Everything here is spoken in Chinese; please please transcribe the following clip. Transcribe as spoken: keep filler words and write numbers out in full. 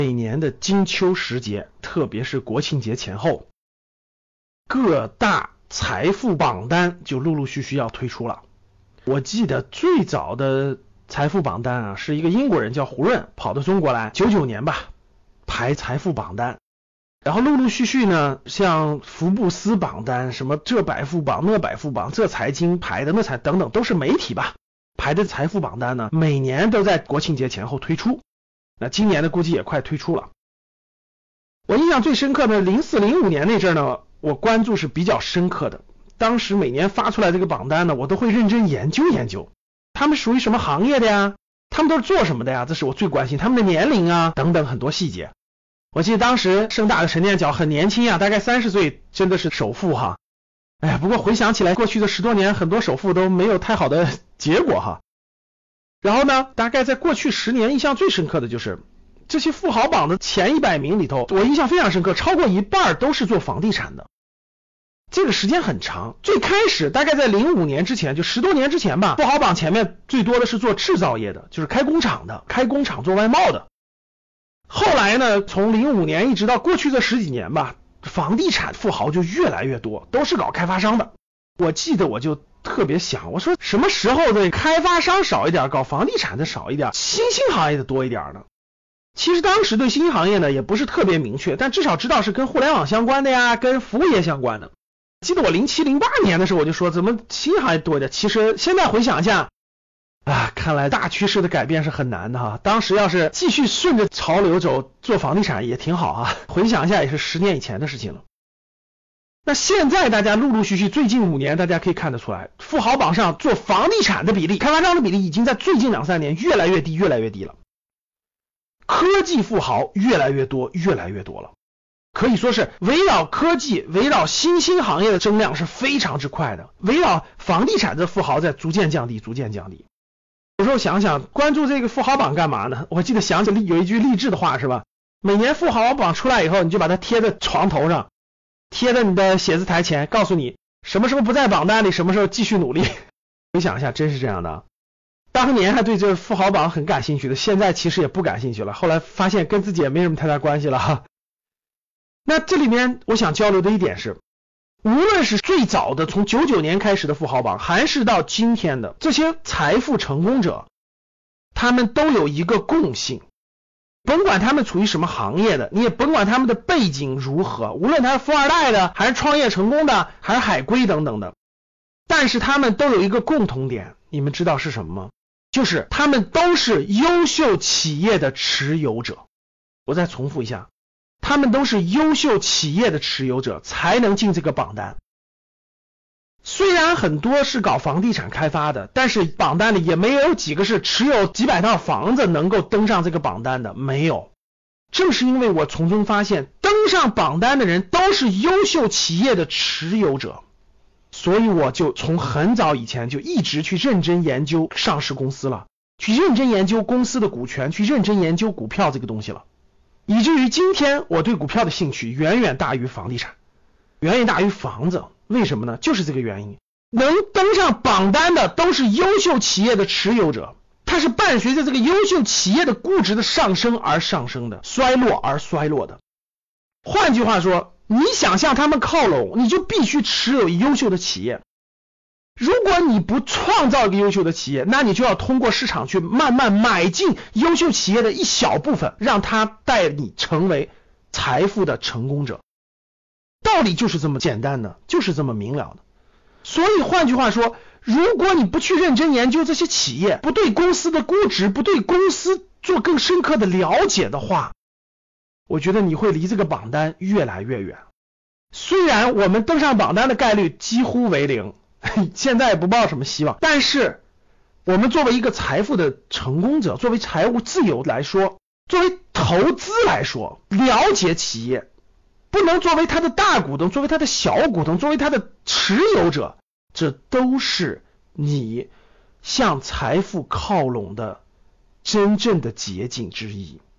每年的金秋时节，特别是国庆节前后，各大财富榜单就陆陆续续要推出了。我记得最早的财富榜单啊，是一个英国人叫胡润跑到中国来，九九年吧，排财富榜单。然后陆陆续续呢，像福布斯榜单，什么这百富榜、那百富榜，这财经排的那财等等，都是媒体吧排的财富榜单呢，每年都在国庆节前后推出。那今年的估计也快推出了。我印象最深刻的零四零五年那阵呢，我关注是比较深刻的。当时每年发出来这个榜单呢，我都会认真研究研究，他们属于什么行业的呀？他们都是做什么的呀？这是我最关心，他们的年龄啊等等很多细节。我记得当时盛大的陈念角很年轻啊，大概三十岁，真的是首富哈。哎呀，不过回想起来，过去的十多年，很多首富都没有太好的结果哈。然后呢，大概在过去十年，印象最深刻的就是这些富豪榜的前一百名里头，我印象非常深刻，超过一半都是做房地产的。这个时间很长，最开始大概在零五年之前，就十多年之前吧，富豪榜前面最多的是做制造业的，就是开工厂的，开工厂做外贸的。后来呢，从零五年一直到过去的十几年吧，房地产富豪就越来越多，都是搞开发商的。我记得我就特别想，我说什么时候的开发商少一点，搞房地产的少一点，新兴行业的多一点呢？其实当时对新兴行业呢也不是特别明确，但至少知道是跟互联网相关的呀，跟服务业相关的。记得我零七零八年的时候我就说怎么新兴行业多一点，其实现在回想一下啊，看来大趋势的改变是很难的哈。当时要是继续顺着潮流走，做房地产也挺好啊。回想一下也是十年以前的事情了。那现在大家陆陆续续最近五年大家可以看得出来，富豪榜上做房地产的比例，开发商的比例已经在最近两三年越来越低越来越低了。科技富豪越来越多越来越多了，可以说是围绕科技围绕新兴行业的增量是非常之快的，围绕房地产的富豪在逐渐降低逐渐降低。有时候想想关注这个富豪榜干嘛呢？我记得想起有一句励志的话是吧，每年富豪榜出来以后，你就把它贴在床头上，贴在你的写字台前，告诉你什么时候不在榜单里，什么时候继续努力。回想一下真是这样的，当年还对这富豪榜很感兴趣的，现在其实也不感兴趣了，后来发现跟自己也没什么太大关系了哈。那这里面我想交流的一点是，无论是最早的从九九年开始的富豪榜，还是到今天的这些财富成功者，他们都有一个共性，甭管他们处于什么行业的，你也甭管他们的背景如何，无论他是富二代的，还是创业成功的，还是海归等等的，但是他们都有一个共同点，你们知道是什么吗？就是他们都是优秀企业的持有者。我再重复一下，他们都是优秀企业的持有者才能进这个榜单。虽然很多是搞房地产开发的，但是榜单里也没有几个是持有几百套房子能够登上这个榜单的，没有。正是因为我从中发现登上榜单的人都是优秀企业的持有者，所以我就从很早以前就一直去认真研究上市公司了，去认真研究公司的股权，去认真研究股票这个东西了，以至于今天我对股票的兴趣远远大于房地产，远远大于房子。为什么呢？就是这个原因，能登上榜单的都是优秀企业的持有者，它是伴随着这个优秀企业的估值的上升而上升的，衰落而衰落的。换句话说，你想向他们靠拢，你就必须持有优秀的企业。如果你不创造一个优秀的企业，那你就要通过市场去慢慢买进优秀企业的一小部分，让它带你成为财富的成功者。道理就是这么简单的，就是这么明了的。所以换句话说，如果你不去认真研究这些企业，不对公司的估值，不对公司做更深刻的了解的话，我觉得你会离这个榜单越来越远。虽然我们登上榜单的概率几乎为零，现在也不抱什么希望，但是我们作为一个财富的成功者，作为财务自由来说，作为投资来说，了解企业，不能作为他的大股东，作为他的小股东，作为他的持有者，这都是你向财富靠拢的真正的捷径之一。